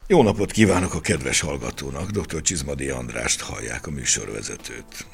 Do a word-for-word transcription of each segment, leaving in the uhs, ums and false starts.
Jó napot kívánok a kedves hallgatónak, dr. Csizmadi Andrást hallják, a műsorvezetőt.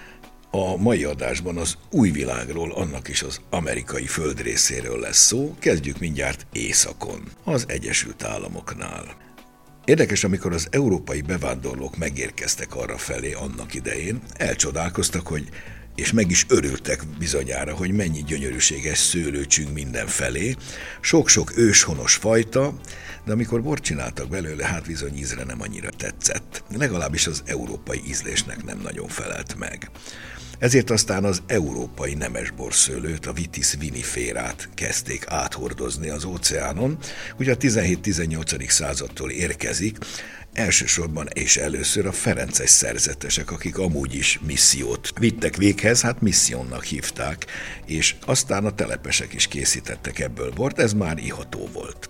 A mai adásban az új világról, annak is az amerikai földrészéről lesz szó, kezdjük mindjárt északon, az Egyesült Államoknál. Érdekes, amikor az európai bevándorlók megérkeztek arra felé annak idején, elcsodálkoztak, hogy és meg is örültek bizonyára, hogy mennyi gyönyörűséges szőlőcsünk mindenfelé, sok-sok őshonos fajta, de amikor bort csináltak belőle, hát bizony ízre nem annyira tetszett. Legalábbis az európai ízlésnek nem nagyon felelt meg. Ezért aztán az európai nemesborszőlőt, a Vitis viniférát kezdték áthordozni az óceánon, ugye a tizenhét-tizennyolcadik századtól érkezik, elsősorban és először a ferences szerzetesek, akik amúgy is missziót vittek véghez, hát misszionnak hívták, és aztán a telepesek is készítettek ebből bort, ez már iható volt.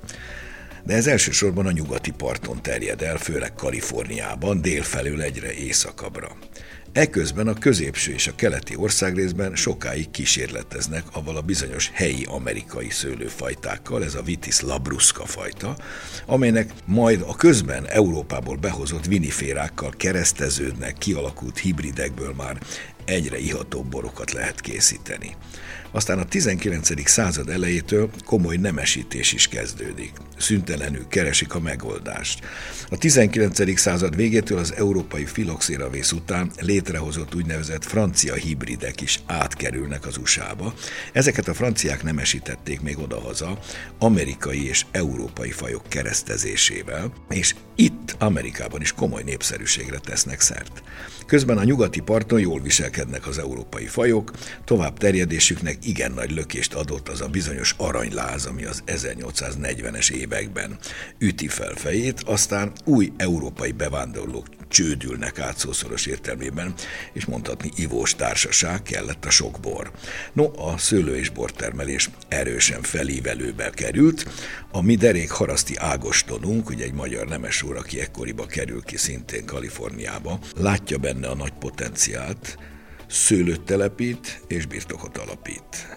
De ez elsősorban a nyugati parton terjed el, főleg Kaliforniában, délfelől egyre északabbra. Eközben a középső és a keleti országrészben sokáig kísérleteznek avval a bizonyos helyi amerikai szőlőfajtákkal, ez a Vitis labrusca fajta, amelynek majd a közben Európából behozott viniférákkal kereszteződnek, kialakult hibridekből már egyre ihatóbb borokat lehet készíteni. Aztán a tizenkilencedik század elejétől komoly nemesítés is kezdődik. Szüntelenül keresik a megoldást. A tizenkilencedik század végétől az európai filoxéravész után létrehozott úgynevezett francia hibridek is átkerülnek az u es á-ba. Ezeket a franciák nemesítették még odahaza amerikai és európai fajok keresztezésével, és itt Amerikában is komoly népszerűségre tesznek szert. Közben a nyugati parton jól viselkednek az európai fajok, tovább terjedésüknek igen nagy lökést adott az a bizonyos aranyláz, ami az ezernyolcszáznegyvenes években üti fel fejét, aztán új európai bevándorlók csődülnek át szószoros értelmében, és mondhatni ivós társaság, kellett a sok bor. No, a szőlő- és bortermelés erősen felívelőbe került. A mi derék haraszti Ágostonunk, ugye egy magyar nemes úr, aki ekkoriba kerül ki szintén Kaliforniába, látja benne a nagy potenciált, szőlőt telepít és birtokot alapít.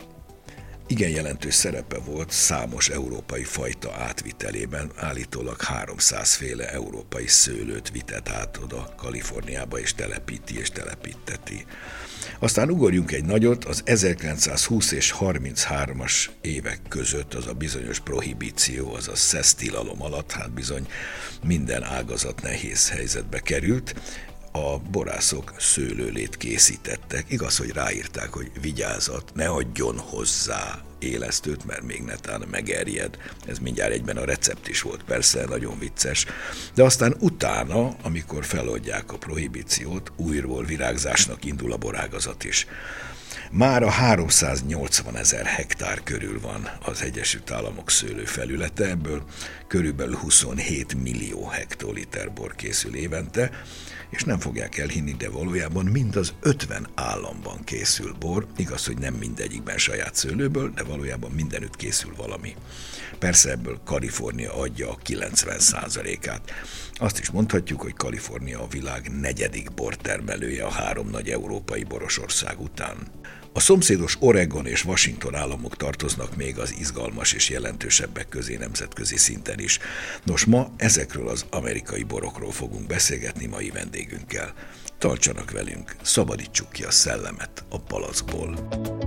Igen jelentős szerepe volt számos európai fajta átvitelében, állítólag háromszáz féle európai szőlőt vitett át oda Kaliforniába, és telepíti és telepíteti. Aztán ugorjunk egy nagyot, az ezerkilencszázhúsz és harmincháromas évek között az a bizonyos prohibíció, azaz szesztilalom alatt, hát bizony minden ágazat nehéz helyzetbe került. A borászok szőlőlét készítettek. Igaz, hogy ráírták, hogy vigyázat, ne adjon hozzá élesztőt, mert még netán megerjed. Ez mindjárt egyben a recept is volt, persze, nagyon vicces. De aztán utána, amikor feladják a prohibíciót, újról virágzásnak indul a borágazat is. Mára háromszáznyolcvan ezer hektár körül van az Egyesült Államok szőlőfelülete, ebből körülbelül huszonhét millió hektoliter bor készül évente, és nem fogják elhinni, de valójában mind az ötven államban készül bor, igaz, hogy nem mindegyikben saját szőlőből, de valójában mindenütt készül valami. Persze ebből Kalifornia adja a kilencven százalékát. Azt is mondhatjuk, hogy Kalifornia a világ negyedik bortermelője a három nagy európai borosország után. A szomszédos Oregon és Washington államok tartoznak még az izgalmas és jelentősebbek közé nemzetközi szinten is. Nos, ma ezekről az amerikai borokról fogunk beszélgetni mai vendégünkkel. Tartsanak velünk, szabadítsuk ki a szellemet a palackból.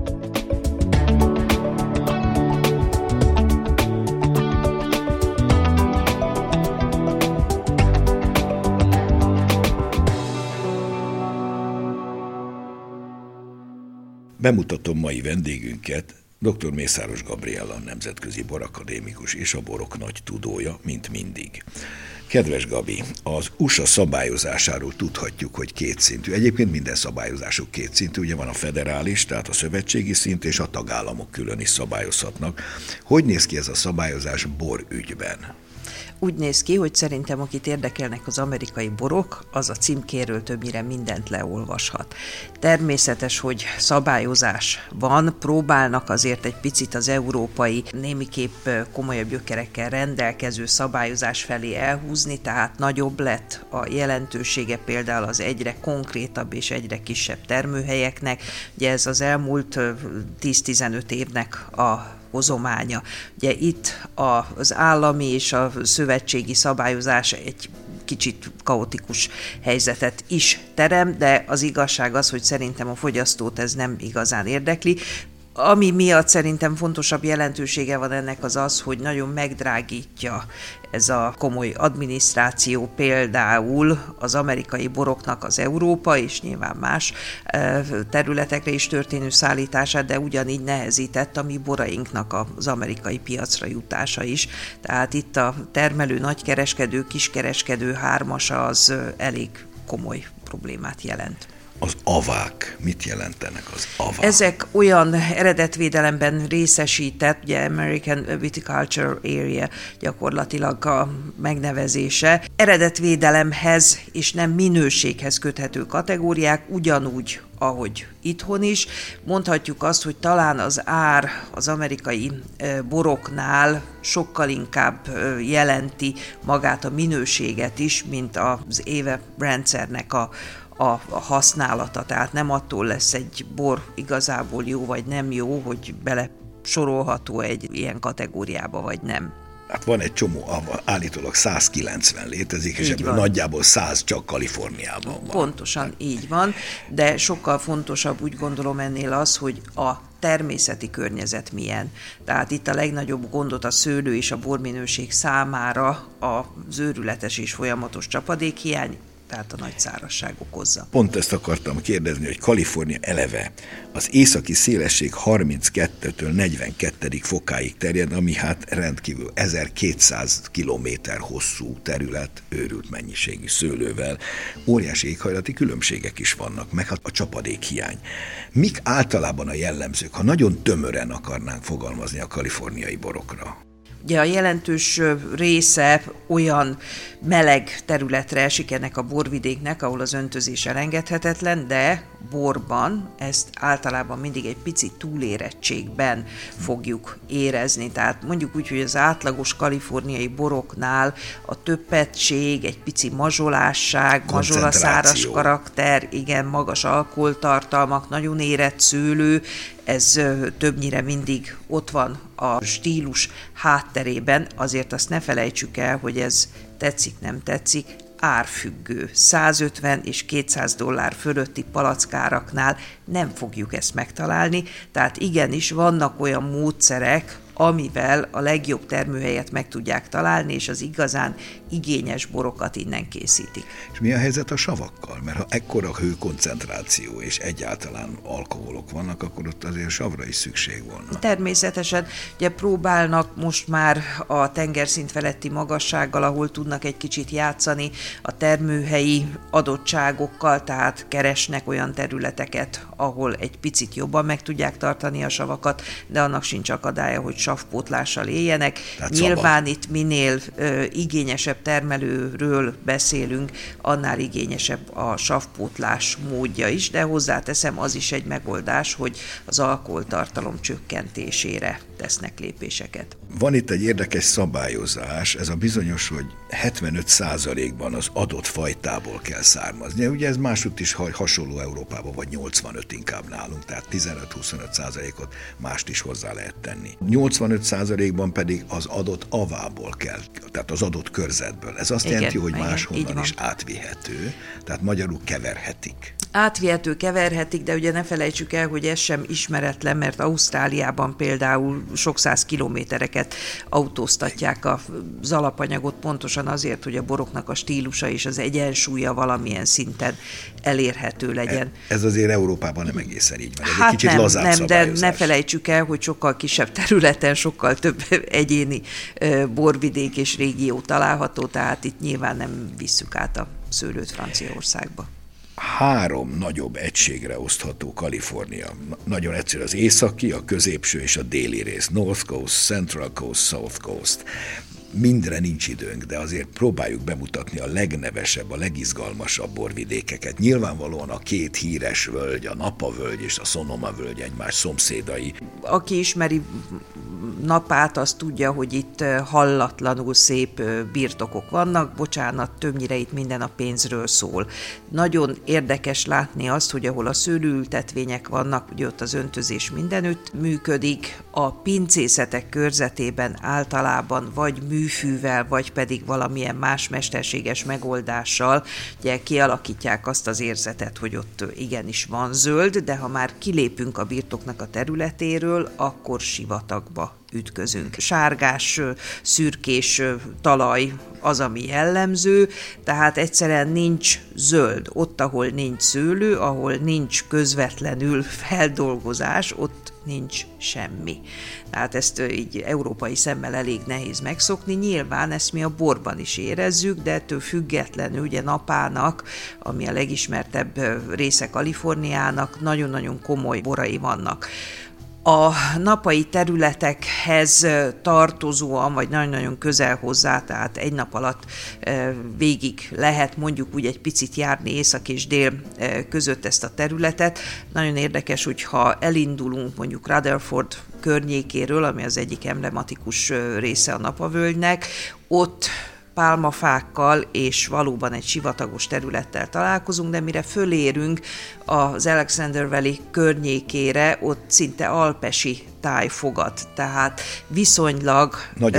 Bemutatom mai vendégünket, dr. Mészáros Gabriella, nemzetközi borakadémikus és a borok nagy tudója, mint mindig. Kedves Gabi, az u es á szabályozásáról tudhatjuk, hogy kétszintű. Egyébként minden szabályozásuk kétszintű, ugye van a federális, tehát a szövetségi szint, és a tagállamok külön is szabályozhatnak. Hogy néz ki ez a szabályozás borügyben? Úgy néz ki, hogy szerintem akit érdekelnek az amerikai borok, az a címkéről többnyire mindent leolvashat. Természetes, hogy szabályozás van, próbálnak azért egy picit az európai, némiképp komolyabb gyökerekkel rendelkező szabályozás felé elhúzni, tehát nagyobb lett a jelentősége például az egyre konkrétabb és egyre kisebb termőhelyeknek. Ugye ez az elmúlt tíz-tizenöt évnek a hozománya. Ugye itt az állami és a szövetségi szabályozás egy kicsit kaotikus helyzetet is terem, de az igazság az, hogy szerintem a fogyasztót ez nem igazán érdekli. Ami miatt szerintem fontosabb jelentősége van ennek az az, hogy nagyon megdrágítja ez a komoly adminisztráció például az amerikai boroknak az Európa és nyilván más területekre is történő szállítását, de ugyanígy nehezített a mi borainknak az amerikai piacra jutása is. Tehát itt a termelő, nagykereskedő, kiskereskedő hármasa az elég komoly problémát jelent. Az avák, mit jelentenek az avák? Ezek olyan eredetvédelemben részesített, ugye American Viticulture Area gyakorlatilag a megnevezése, eredetvédelemhez és nem minőséghez köthető kategóriák, ugyanúgy, ahogy itthon is. Mondhatjuk azt, hogy talán az ár az amerikai boroknál sokkal inkább jelenti magát a minőséget is, mint az éve rendszernek a a használata, tehát nem attól lesz egy bor igazából jó vagy nem jó, hogy bele sorolható egy ilyen kategóriába vagy nem. Hát van egy csomó, állítólag száz kilencven létezik, és így ebből van. Nagyjából száz csak Kaliforniában van. Pontosan hát. Így van, de sokkal fontosabb úgy gondolom ennél az, hogy a természeti környezet milyen. Tehát itt a legnagyobb gondot a szőlő és a borminőség számára az őrületes és folyamatos csapadékhiány, tehát a nagy szárazság okozza. Pont ezt akartam kérdezni, hogy Kalifornia eleve az északi szélesség harminckettőtől negyvenkettő fokáig terjed, ami hát rendkívül ezerkétszáz kilométer hosszú terület, őrült mennyiségű szőlővel. Óriási éghajlati különbségek is vannak, meg a csapadékhiány. Mik általában a jellemzők, ha nagyon tömören akarnánk fogalmazni a kaliforniai borokra? Ugye a jelentős része olyan meleg területre esik ennek a borvidéknek, ahol az öntözés elengedhetetlen, de borban ezt általában mindig egy pici túlérettségben fogjuk érezni. Tehát mondjuk úgy, hogy az átlagos kaliforniai boroknál a töppettség, egy pici mazsolásság, mazsolaszáras karakter, igen, magas alkoholtartalmak, nagyon érett szőlő, ez többnyire mindig ott van a stílus hátterében, azért azt ne felejtsük el, hogy ez tetszik, nem tetszik, árfüggő. százötven és kétszáz dollár fölötti palackáraknál nem fogjuk ezt megtalálni, tehát igenis vannak olyan módszerek, amivel a legjobb termőhelyet meg tudják találni, és az igazán igényes borokat innen készítik. És mi a helyzet a savakkal? Mert ha ekkora hőkoncentráció és egyáltalán alkoholok vannak, akkor ott azért savra is szükség volna. Természetesen, ugye próbálnak most már a tengerszint feletti magassággal, ahol tudnak egy kicsit játszani a termőhelyi adottságokkal, tehát keresnek olyan területeket, ahol egy picit jobban meg tudják tartani a savakat, de annak sincs akadálya, hogy savpótlással éljenek. Tehát nyilván szabad. Itt minél ö, igényesebb termelőről beszélünk, annál igényesebb a savpótlás módja is, de hozzáteszem, az is egy megoldás, hogy az alkoholtartalom csökkentésére tesznek lépéseket. Van itt egy érdekes szabályozás, ez a bizonyos, hogy hetvenöt százalékban az adott fajtából kell származni. Ugye ez másutt is hasonló Európában, vagy nyolcvanöt inkább nálunk, tehát tizenöt-huszonöt százalékot mást is hozzá lehet tenni. nyolcvanöt százalékban pedig az adott avából kell, tehát az adott körzetből. Ez azt igen, jelenti, hogy igen, máshonnan is átvihető, tehát magyarul keverhetik. Átvihető, keverhetik, de ugye ne felejtsük el, hogy ez sem ismeretlen, mert Ausztráliában például sok száz kilométereket autóztatják az alapanyagot pontosan azért, hogy a boroknak a stílusa és az egyensúlya valamilyen szinten elérhető legyen. Ez azért Európában nem egészen így van. Ez hát egy kicsit nem, lazább nem, szabályozás. De ne felejtsük el, hogy sokkal kisebb területen, sokkal több egyéni borvidék és régió található, tehát itt nyilván nem visszük át a szőlőt Franciaországba. Három nagyobb egységre osztható Kalifornia. Nagyon egyszerű, az északi, a középső és a déli rész. North Coast, Central Coast, South Coast. Mindre nincs időnk, de azért próbáljuk bemutatni a legnevesebb, a legizgalmasabb borvidékeket. Nyilvánvalóan a két híres völgy, a Napa völgy és a Sonoma völgy egymás szomszédai. Aki ismeri Napát azt tudja, hogy itt hallatlanul szép birtokok vannak, bocsánat, többnyire itt minden a pénzről szól. Nagyon érdekes látni azt, hogy ahol a szőlőültetvények vannak, ugye ott az öntözés mindenütt működik, a pincészetek körzetében általában vagy műfűvel, vagy pedig valamilyen más mesterséges megoldással ugye kialakítják azt az érzetet, hogy ott igenis van zöld, de ha már kilépünk a birtoknak a területéről, akkor sivatagba ütközünk. Sárgás, szürkés talaj az, ami jellemző, tehát egyszerűen nincs zöld. Ott, ahol nincs szőlő, ahol nincs közvetlenül feldolgozás, ott nincs semmi. Tehát ezt így európai szemmel elég nehéz megszokni. Nyilván ezt mi a borban is érezzük, de ettől függetlenül ugye Napának, ami a legismertebb része Kaliforniának, nagyon-nagyon komoly borai vannak. A napai területekhez tartozóan, vagy nagyon-nagyon közel hozzá, tehát egy nap alatt végig lehet mondjuk úgy egy picit járni észak és dél között ezt a területet. Nagyon érdekes, hogyha elindulunk mondjuk Rutherford környékéről, ami az egyik emblematikus része a Napavölgynek, ott pálmafákkal és valóban egy sivatagos területtel találkozunk, de mire fölérünk az Alexander Valley környékére, ott szinte alpesi táj fogad, tehát viszonylag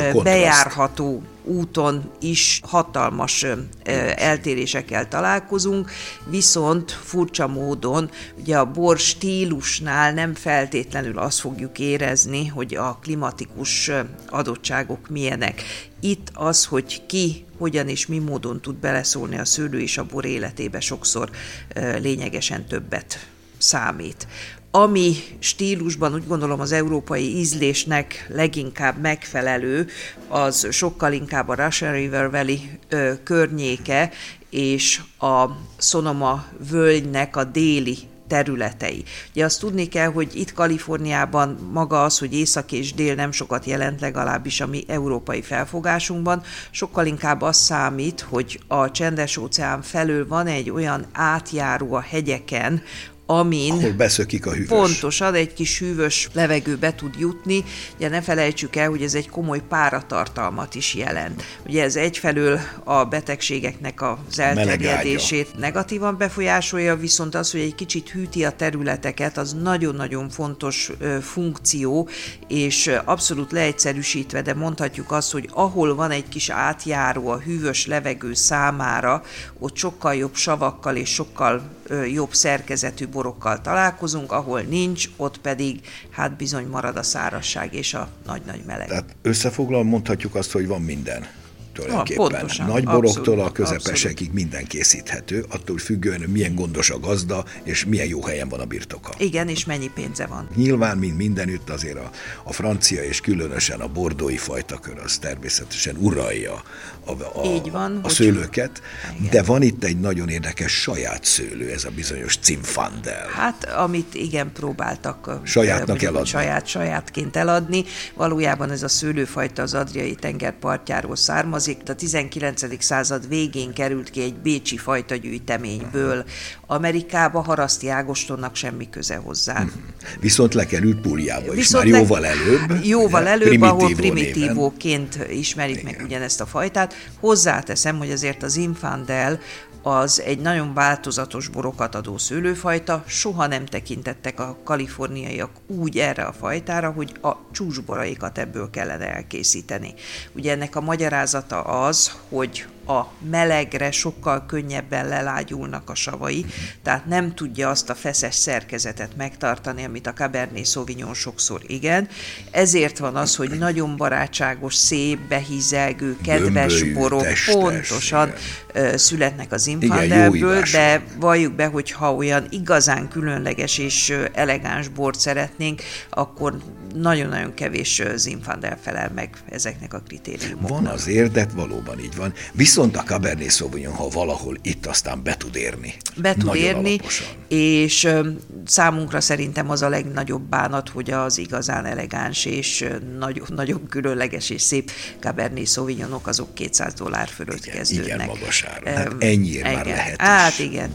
bejárható úton is hatalmas eltérésekkel találkozunk, viszont furcsa módon ugye a bor stílusnál nem feltétlenül azt fogjuk érezni, hogy a klimatikus adottságok milyenek. Itt az, hogy ki, hogyan és mi módon tud beleszólni a szőlő és a bor életébe, sokszor lényegesen többet számít. Ami stílusban úgy gondolom az európai ízlésnek leginkább megfelelő, az sokkal inkább a Russian River Valley ö, környéke és a Sonoma völgynek a déli területei. Ugye azt tudni kell, hogy itt Kaliforniában maga az, hogy észak és dél nem sokat jelent, legalábbis a mi európai felfogásunkban, sokkal inkább az számít, hogy a Csendes-óceán felől van egy olyan átjáró a hegyeken, amin ahol beszökik a hűvös. Pontosan, egy kis hűvös levegő be tud jutni. Ugye ne felejtsük el, hogy ez egy komoly páratartalmat is jelent. Ugye ez egyfelől a betegségeknek az elterjedését negatívan befolyásolja, viszont az, hogy egy kicsit hűti a területeket, az nagyon-nagyon fontos ö, funkció, és abszolút leegyszerűsítve, de mondhatjuk azt, hogy ahol van egy kis átjáró a hűvös levegő számára, ott sokkal jobb savakkal és sokkal ö, jobb szerkezetű borokkal találkozunk, ahol nincs, ott pedig hát bizony marad a szárazság és a nagy-nagy meleg. Tehát összefoglalva mondhatjuk azt, hogy van minden tulajdonképpen. Ha, pontosan, nagy boroktól abszolút, a közepesekig minden készíthető, attól függően, milyen gondos a gazda, és milyen jó helyen van a birtoka. Igen, és mennyi pénze van. Nyilván, mint mindenütt, azért a, a francia és különösen a bordói fajtakör az természetesen uralja a, a, Így van, a szőlőket, igen. De van itt egy nagyon érdekes saját szőlő, ez a bizonyos Zinfandel. Hát, amit igen próbáltak sajátnak eh, eladni. Saját, sajátként eladni. Valójában ez a szőlőfajta az Adriai tenger partjáról származik. A tizenkilencedik század végén került ki egy bécsi fajtagyűjteményből. Amerikába Haraszti Ágostonnak semmi köze hozzá. Hmm. Viszont lekerült Púliába is, már jóval le... előbb. Jóval előbb, ahol primitívóként ismerik igen. meg ugyanezt a fajtát. Hozzáteszem, hogy azért az Zinfandel az egy nagyon változatos borokat adó szőlőfajta, soha nem tekintettek a kaliforniaiak úgy erre a fajtára, hogy a csúcsboraikat ebből kellene elkészíteni. Ugye ennek a magyarázata az, hogy a melegre sokkal könnyebben lelágyulnak a savai, tehát nem tudja azt a feszes szerkezetet megtartani, amit a Cabernet Sauvignon sokszor igen. Ezért van az, hogy nagyon barátságos, szép, behízelgő, kedves Gömbölyű, borok testes, pontosan igen. születnek az Zinfandelből, de valljuk be, hogy ha olyan igazán különleges és elegáns bort szeretnénk, akkor nagyon-nagyon kevés Zinfandel felel meg ezeknek a kritériumoknak. Van azért, de valóban így van. Viszont a Cabernet Sauvignon, ha valahol itt, aztán be tud érni. Be tud nagyon érni, alaposan. És számunkra szerintem az a legnagyobb bánat, hogy az igazán elegáns és nagyon, nagyon különleges és szép Cabernet Sauvignonok azok kétszáz dollár fölött igen, kezdődnek. Igen, magas áron. Hát ennyiért igen. már lehet Hát is. igen.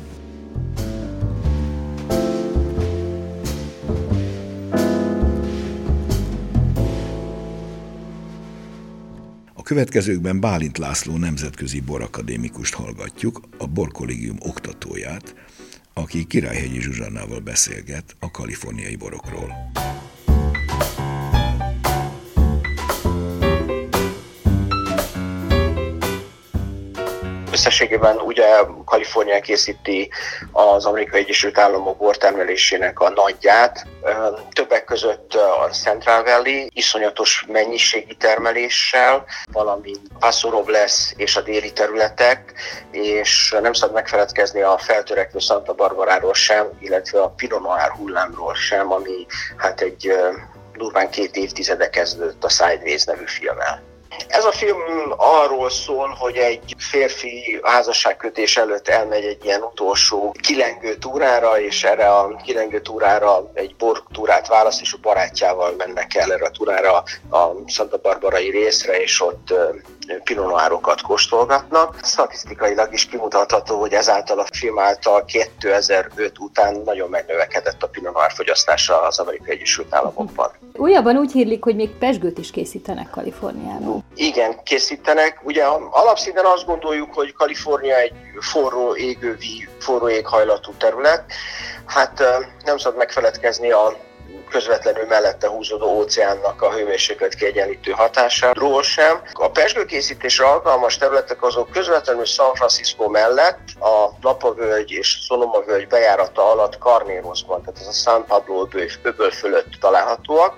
következőkben Bálint László nemzetközi borakadémikust hallgatjuk, a Borkollégium oktatóját, aki Királyhegyi Zsuzsannával beszélget a kaliforniai borokról. Összességében ugye Kalifornia készíti az Amerikai Egyesült Államok bortermelésének a nagyját. Többek között a Central Valley iszonyatos mennyiségi termeléssel, valamint Paso Robles és a déli területek, és nem szabad megfeledkezni a feltörekvő Santa Barbaráról sem, illetve a Pinot Noir hullámról sem, ami hát egy durván két évtizede kezdődött a Sideways nevű filmmel. Ez a film arról szól, hogy egy férfi házasságkötés előtt elmegy egy ilyen utolsó kilengő túrára, és erre a kilengő túrára egy bortúrát választ, és a barátjával mennek el erre a túrára a Santa Barbarai részre, és ott Pinot Noirokat kóstolgatnak. Statisztikailag is kimutatható, hogy ezáltal a film által kétezer-öt után nagyon megnövekedett a Pinot Noir fogyasztása az Amerikai Egyesült Államokban. Újabban úgy hírlik, hogy még pezsgőt is készítenek Kaliforniában. Igen, készítenek. Ugye alapszinten azt gondoljuk, hogy Kalifornia egy forró égővíz, forró éghajlatú terület. Hát nem szabad megfeledkezni a közvetlenül mellette húzódó óceánnak a hőmérséklet kiegyenlítő hatásáról sem. A pezsgőkészítésre alkalmas területek azok közvetlenül San Francisco mellett a Napa-völgy és Sonoma-völgy bejárata alatt Carnerosban, tehát ez a San Pablo öböl fölött találhatóak.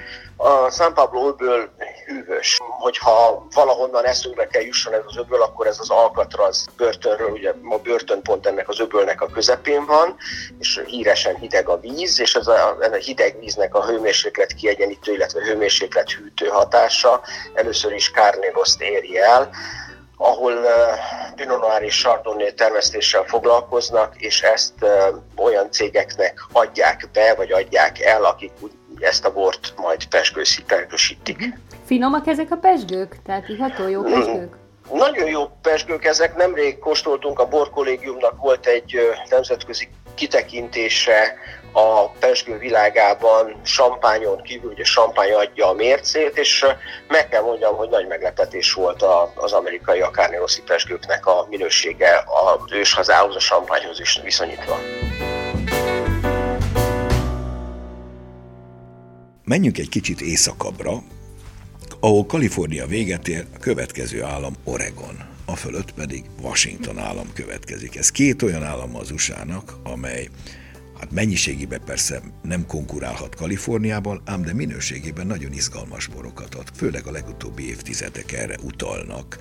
A San Pablo öböl hűvös. Hogyha valahonnan eszünkbe kell jusson ez az öböl, akkor ez az Alcatraz börtönről, ugye a börtön pont ennek az öbölnek a közepén van, és híresen hideg a víz, és ez a, a hideg víznek a hőmérséklet kiegyenítő, illetve hőmérséklet hűtő hatása először is Carneroszt éri el, ahol uh, Pinot Noir és Chardonnay termesztéssel foglalkoznak, és ezt uh, olyan cégeknek adják be, vagy adják el, akik úgy ezt a bort majd pezsgősítik. Finomak ezek a pezsgők? Tehát iható jó pezsgők? Mm, nagyon jó pezsgők ezek. Nemrég kóstoltunk, a Borkollégiumnak volt egy nemzetközi kitekintése a pezsgő világában, champagnon kívül, ugye champagne adja a mércét, és meg kell mondjam, hogy nagy meglepetés volt az amerikai a Carneroszi pezsgőknek a minősége az őshazához, a champagnehoz is viszonyítva. Menjünk egy kicsit északabbra, ahol Kalifornia véget ér, a következő állam Oregon, a fölött pedig Washington állam következik. Ez két olyan állam az u es á-nak, amely hát mennyiségében persze nem konkurálhat Kaliforniával, ám de minőségében nagyon izgalmas borokat ad, főleg a legutóbbi évtizedek erre utalnak.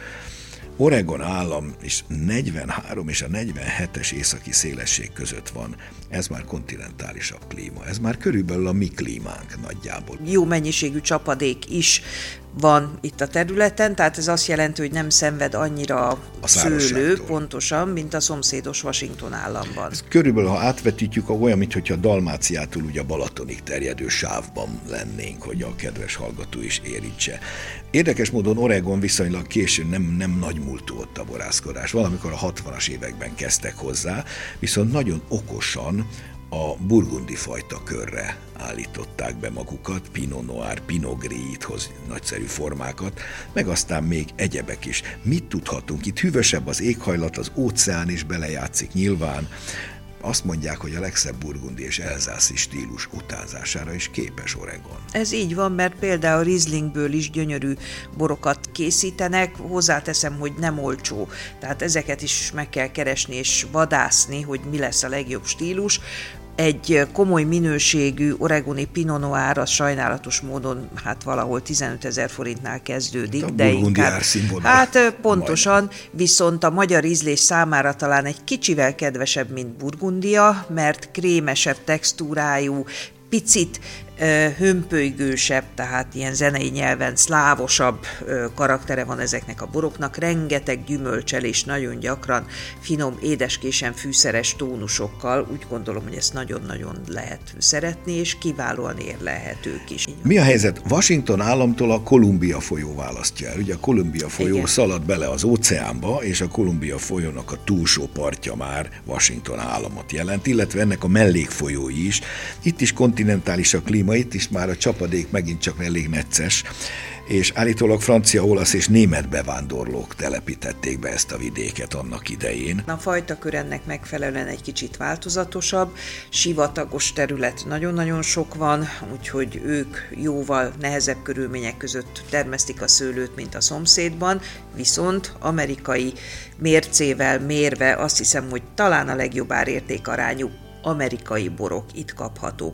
Oregon állam is negyvenhárom és a negyvenhetes északi szélesség között van. Ez már kontinentálisabb klíma. Ez már körülbelül a mi klímánk nagyjából. Jó mennyiségű csapadék is van itt a területen, tehát ez azt jelenti, hogy nem szenved annyira a szőlő, pontosan, mint a szomszédos Washington államban. Ez körülbelül, ha átvetítjük, olyan, mintha Dalmáciától ugye a Balatonig terjedő sávban lennénk, hogy a kedves hallgató is érintse. Érdekes módon Oregon viszonylag későn, nem, nem nagy múltú ott a borászkodás. Valamikor a hatvanas években kezdtek hozzá, viszont nagyon okosan a burgundi fajta körre állították be magukat, Pinot Noir, Pinot Gris, hoz nagyszerű formákat, meg aztán még egyebek is. Mit tudhatunk? Itt hűvösebb az éghajlat, az óceán is belejátszik nyilván. Azt mondják, hogy a legszebb burgundi és elzászi stílus utánzására is képes Oregon. Ez így van, mert például Rieslingből is gyönyörű borokat készítenek, hozzáteszem, hogy nem olcsó, tehát ezeket is meg kell keresni és vadászni, hogy mi lesz a legjobb stílus. Egy komoly minőségű oregoni Pinot Noir az sajnálatos módon hát valahol tizenötezer forintnál kezdődik, a de inkább, hát pontosan, majdnem. Viszont a magyar ízlés számára talán egy kicsivel kedvesebb, mint Burgundia, mert krémesebb textúrájú, picit hömpölygősebb, tehát ilyen zenei nyelven szlávosabb karaktere van ezeknek a boroknak, rengeteg gyümölcsel és nagyon gyakran finom, édeskésen fűszeres tónusokkal, úgy gondolom, hogy ezt nagyon-nagyon lehet szeretni, és kiválóan érlelhetők is. Mi a helyzet? Washington államtól a Columbia folyó választja el. Ugye a Columbia folyó Igen. szalad bele az óceánba, és a Columbia folyónak a túlsó partja már Washington államot jelent, illetve ennek a mellékfolyói is. Itt is kontinentális a klíma, itt is már a csapadék megint csak elég necces, és állítólag francia, olasz és német bevándorlók telepítették be ezt a vidéket annak idején. A fajtakör ennek megfelelően egy kicsit változatosabb, sivatagos terület nagyon-nagyon sok van, úgyhogy ők jóval nehezebb körülmények között termesztik a szőlőt, mint a szomszédban, viszont amerikai mércével mérve azt hiszem, hogy talán a legjobb árértékarányú amerikai borok itt kaphatók.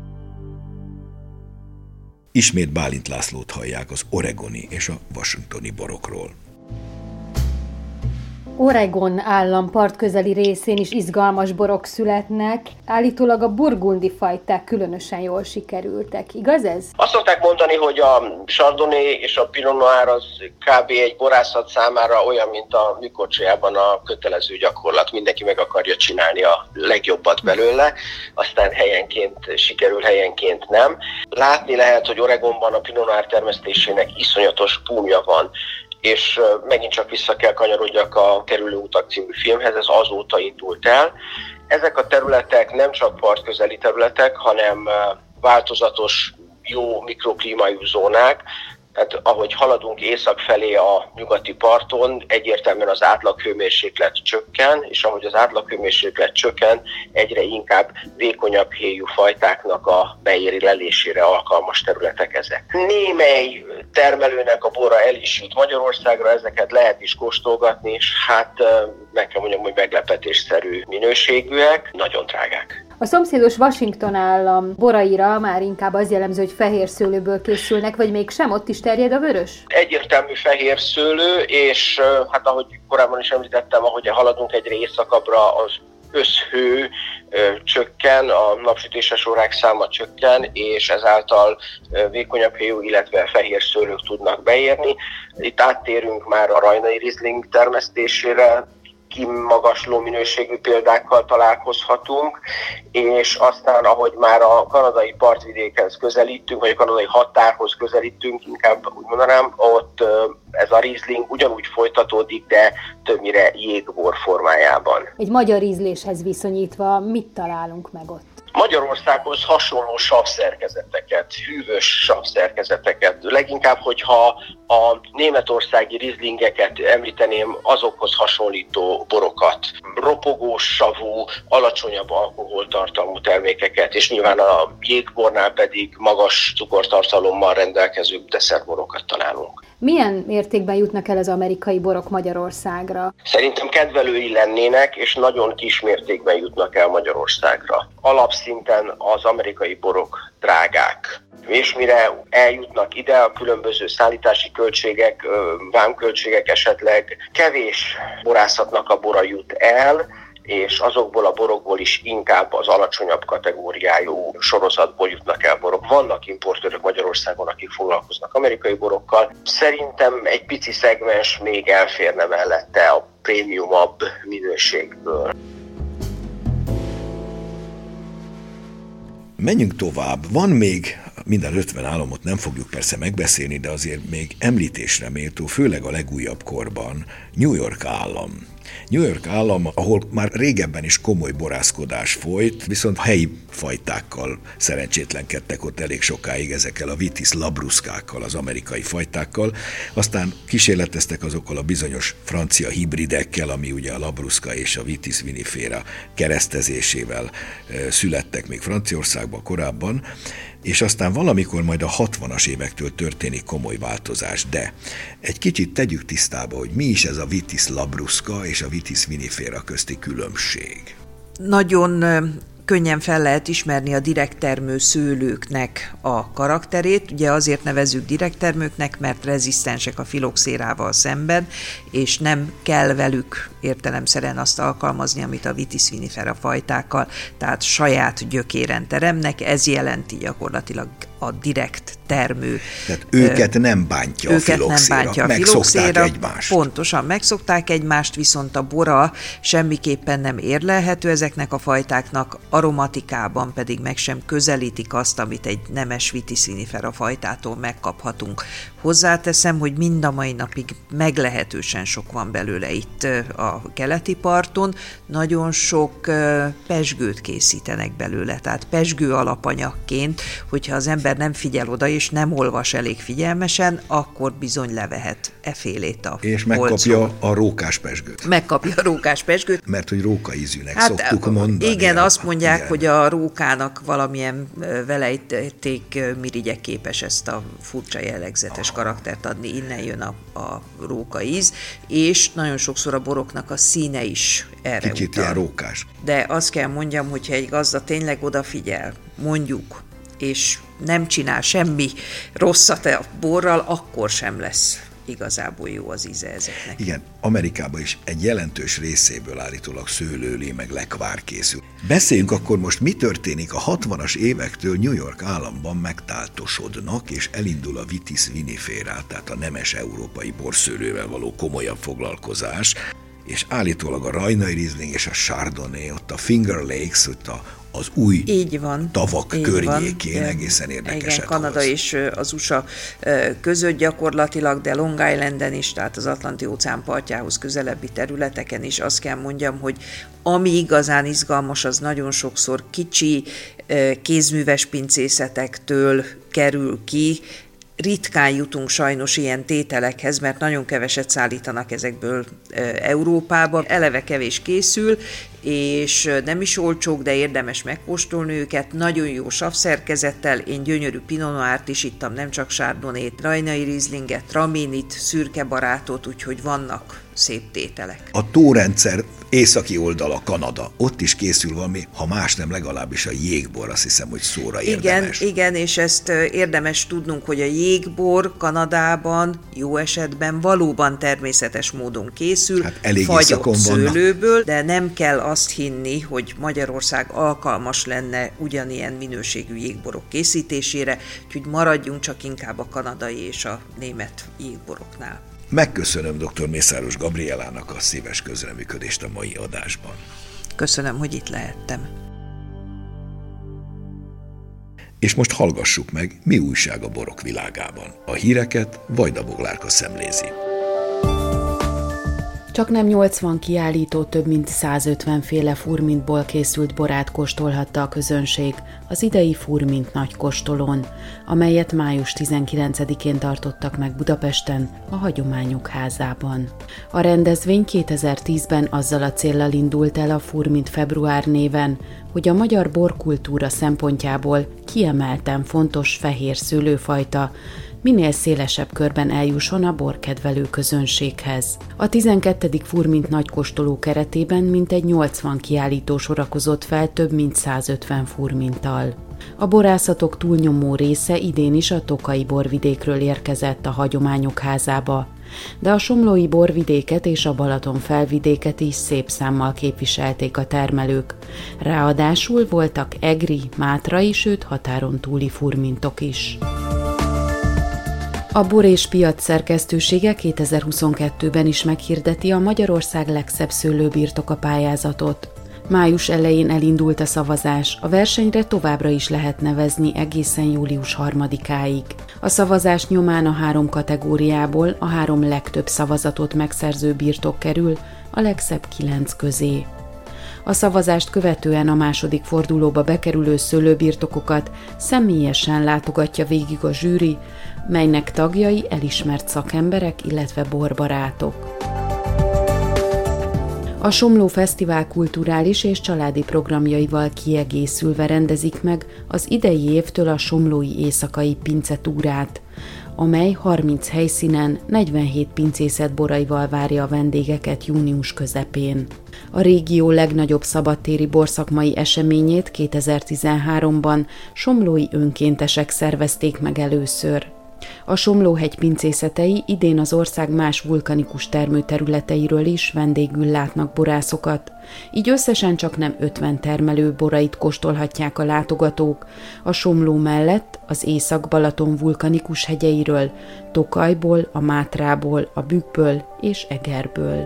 Ismét Bálint Lászlót hallják az oregoni és a washingtoni borokról. Oregon állam partközeli részén is izgalmas borok születnek. Állítólag a burgundi fajták különösen jól sikerültek. Igaz ez? Azt szokták mondani, hogy a Chardonnay és a Pinot Noir az kb. Egy borászat számára olyan, mint a műkorcsolyában a kötelező gyakorlat. Mindenki meg akarja csinálni a legjobbat belőle, aztán helyenként sikerül, helyenként nem. Látni lehet, hogy Oregonban a Pinot Noir termesztésének iszonyatos búmja van, és megint csak vissza kell kanyarodjak a Kerülő utak című filmhez, ez azóta indult el. Ezek a területek nem csak partközeli területek, hanem változatos, jó mikroklímájú zónák. Tehát ahogy haladunk észak felé a nyugati parton, egyértelműen az átlaghőmérséklet csökken, és ahogy az átlaghőmérséklet csökken, egyre inkább vékonyabb héjú fajtáknak a beéri lelésére alkalmas területek ezek. Némely termelőnek a bora el is jut Magyarországra, ezeket lehet is kóstolgatni, és hát meg kell mondjam, hogy meglepetésszerű minőségűek, nagyon drágák. A szomszédos Washington állam boraira már inkább az jellemző, hogy fehér szőlőből készülnek, vagy mégsem, ott is terjed a vörös? Egyértelmű fehér szőlő, és hát ahogy korábban is említettem, ahogy haladunk egyre északabbra, az összhő ö, csökken, a napsütéses órák száma csökken, és ezáltal ö, vékonyabb héjú, illetve fehér szőlők tudnak beérni. Itt áttérünk már a rajnai Riesling termesztésére, kimagasló minőségű példákkal találkozhatunk, és aztán, ahogy már a kanadai partvidékhez közelítünk, vagy a kanadai határhoz közelítünk, inkább úgy mondanám, ott ez a Riesling ugyanúgy folytatódik, de többnyire jégbor formájában. Egy magyar ízléshez viszonyítva mit találunk meg ott? Magyarországhoz hasonló savszerkezeteket, hűvös savszerkezeteket. Leginkább, hogyha a németországi rizlingeket említeném, azokhoz hasonlító borokat. Ropogós savú, alacsonyabb alkoholtartalmú termékeket, és nyilván a jégbornál pedig magas cukortartalommal rendelkező desszertborokat találunk. Milyen mértékben jutnak el az amerikai borok Magyarországra? Szerintem kedvelői lennének, és nagyon kis mértékben jutnak el Magyarországra. Alapszinten az amerikai borok drágák. És mire eljutnak ide, a különböző szállítási költségek, vámköltségek esetleg, kevés borászatnak a bora jut el, és azokból a borokból is inkább az alacsonyabb kategóriájú sorozatból jutnak el borok. Vannak importőrök Magyarországon, akik foglalkoznak amerikai borokkal. Szerintem egy pici szegmens még elférne mellette a prémiumabb minőségből. Menjünk tovább. Van még, minden ötven államot nem fogjuk persze megbeszélni, de azért még említésre méltó, főleg a legújabb korban, New York állam. New York állam, ahol már régebben is komoly borászkodás folyt, viszont helyi fajtákkal szerencsétlenkedtek ott elég sokáig, ezekkel a Vitis labruscákkal, az amerikai fajtákkal, aztán kísérleteztek azokkal a bizonyos francia hibridekkel, ami ugye a labrusca és a Vitis vinifera keresztezésével születtek még Franciaországban korábban, és aztán valamikor majd a hatvanas évektől történik komoly változás, de egy kicsit tegyük tisztába, hogy mi is ez a Vitis labrusca és a Vitis vinifera közti különbség. Nagyon könnyen fel lehet ismerni a direkttermő szőlőknek a karakterét. Ugye azért nevezzük direkttermőknek, mert rezisztensek a filoxérával szemben, és nem kell velük értelemszerűen azt alkalmazni, amit a Vitis vinifera fajtákkal, tehát saját gyökéren teremnek. Ez jelenti gyakorlatilag a direkt termő. Tehát őket nem bántja a filoxéra, megszokták egymást. Pontosan, megszokták egymást, viszont a bora semmiképpen nem érlelhető ezeknek a fajtáknak, aromatikában pedig meg sem közelítik azt, amit egy nemes Vitis vinifera fajtától megkaphatunk. Hozzáteszem, hogy mind a mai napig meglehetősen sok van belőle itt a keleti parton, nagyon sok pezsgőt készítenek belőle, tehát pezsgő alapanyagként, hogyha az ember ember nem figyel oda, és nem olvas elég figyelmesen, akkor bizony levehet efélét a És megkapja polcon. a rókás pezsgőt. Megkapja a rókás pezsgőt. Mert hogy rókaízűnek Hát, szoktuk mondani. Igen, azt mondják, igen. hogy a rókának valamilyen velejték mirigyek képes ezt a furcsa jellegzetes Aha. karaktert adni, innen jön a, a rókaíz, és nagyon sokszor a boroknak a színe is erre Kicsit utal. ilyen rókás. De azt kell mondjam, hogyha egy gazda tényleg odafigyel, mondjuk, és nem csinál semmi rosszat a borral, akkor sem lesz igazából jó az íze ezeknek. Igen, Amerikában is egy jelentős részéből állítólag szőlőlé meg lekvár készül. Beszéljünk akkor most, mi történik a hatvanas évektől New York államban megtáltosodnak, és elindul a vitis vinifera, tehát a nemes európai borszőlővel való komolyabb foglalkozás, és állítólag a Rajnai Riesling és a Chardonnay, ott a Finger Lakes, ott a az új így van, tavak így környékén van. egészen érdekeset Igen, Kanada hoz. és az u es á között gyakorlatilag, de Long Islanden is, tehát az Atlanti-óceán partjához közelebbi területeken is azt kell mondjam, hogy ami igazán izgalmas, az nagyon sokszor kicsi kézműves pincészetektől kerül ki. Ritkán jutunk sajnos ilyen tételekhez, mert nagyon keveset szállítanak ezekből Európába. Eleve kevés készül, és nem is olcsók, de érdemes megkóstolni őket. Nagyon jó savszerkezettel, én gyönyörű Pinot Noirt is ittam, nem csak Chardonnayt, Rajnai Rieslinget, Traminit, szürke barátot, úgyhogy vannak szép tételek. A tórendszer északi oldala Kanada, ott is készül valami, ha más nem, legalábbis a jégbor, azt hiszem, hogy szóra érdemes. Igen, igen, és ezt érdemes tudnunk, hogy a jégbor Kanadában jó esetben valóban természetes módon készül, hát elég fagyott szőlőből, de nem kell azt hinni, hogy Magyarország alkalmas lenne ugyanilyen minőségű jégborok készítésére, úgyhogy maradjunk csak inkább a kanadai és a német jégboroknál. Megköszönöm dr. Mészáros Gabrielának a szíves közreműködést a mai adásban. Köszönöm, hogy itt lehettem. És most hallgassuk meg, mi újság a borok világában. A híreket Vajda Boglárka szemlézi. Csaknem nyolcvan kiállító több mint százötven féle furmintból készült borát kóstolhatta a közönség az idei Furmint nagykóstolón, amelyet május tizenkilencedikén tartottak meg Budapesten, a Hagyományok Házában. A rendezvény kétezer-tízben azzal a céllal indult el a Furmint február néven, hogy a magyar borkultúra szempontjából kiemelten fontos fehér szőlőfajta minél szélesebb körben eljusson a borkedvelő közönséghez. A tizenkettedik Furmint nagykóstoló keretében mintegy nyolcvan kiállító sorakozott fel több mint százötven furminttal. A borászatok túlnyomó része idén is a Tokai borvidékről érkezett a Hagyományok Házába, de a somlói borvidéket és a Balaton felvidéket is szép számmal képviselték a termelők. Ráadásul voltak egri, mátrai, sőt határon túli furmintok is. A Bor és Piac szerkesztősége kétezer-huszonkettőben is meghirdeti a Magyarország legszebb szőlőbirtoka pályázatot. Május elején elindult a szavazás, a versenyre továbbra is lehet nevezni egészen július harmadikáig. A szavazás nyomán a három kategóriából a három legtöbb szavazatot megszerző birtok kerül a legszebb kilenc közé. A szavazást követően a második fordulóba bekerülő szőlőbirtokokat személyesen látogatja végig a zsűri, melynek tagjai elismert szakemberek, illetve borbarátok. A Somló Fesztivál kulturális és családi programjaival kiegészülve rendezik meg az idei évtől a somlói éjszakai pincetúrát, amely harminc helyszínen negyvenhét pincészet boraival várja a vendégeket június közepén. A régió legnagyobb szabadtéri borszakmai eseményét kétezer-tizenháromban somlói önkéntesek szervezték meg először. A Somlóhegy pincészetei idén az ország más vulkanikus termőterületeiről is vendégül látnak borászokat, így összesen csaknem ötven termelő borait kóstolhatják a látogatók, a Somló mellett az Észak-Balaton vulkanikus hegyeiről, Tokajból, a Mátrából, a Bükkből és Egerből.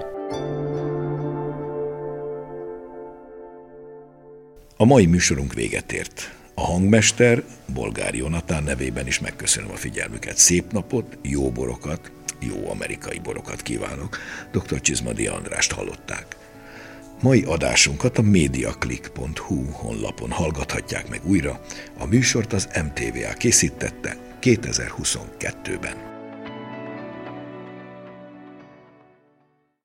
A mai műsorunk véget ért. A hangmester, Bolgár Jonatán nevében is megköszönöm a figyelmüket. Szép napot, jó borokat, jó amerikai borokat kívánok. doktor Csizmadia Andrást hallották. Mai adásunkat a mediaclick pont hu honlapon hallgathatják meg újra. A műsort az em té vé á készítette kétezer-huszonkettőben.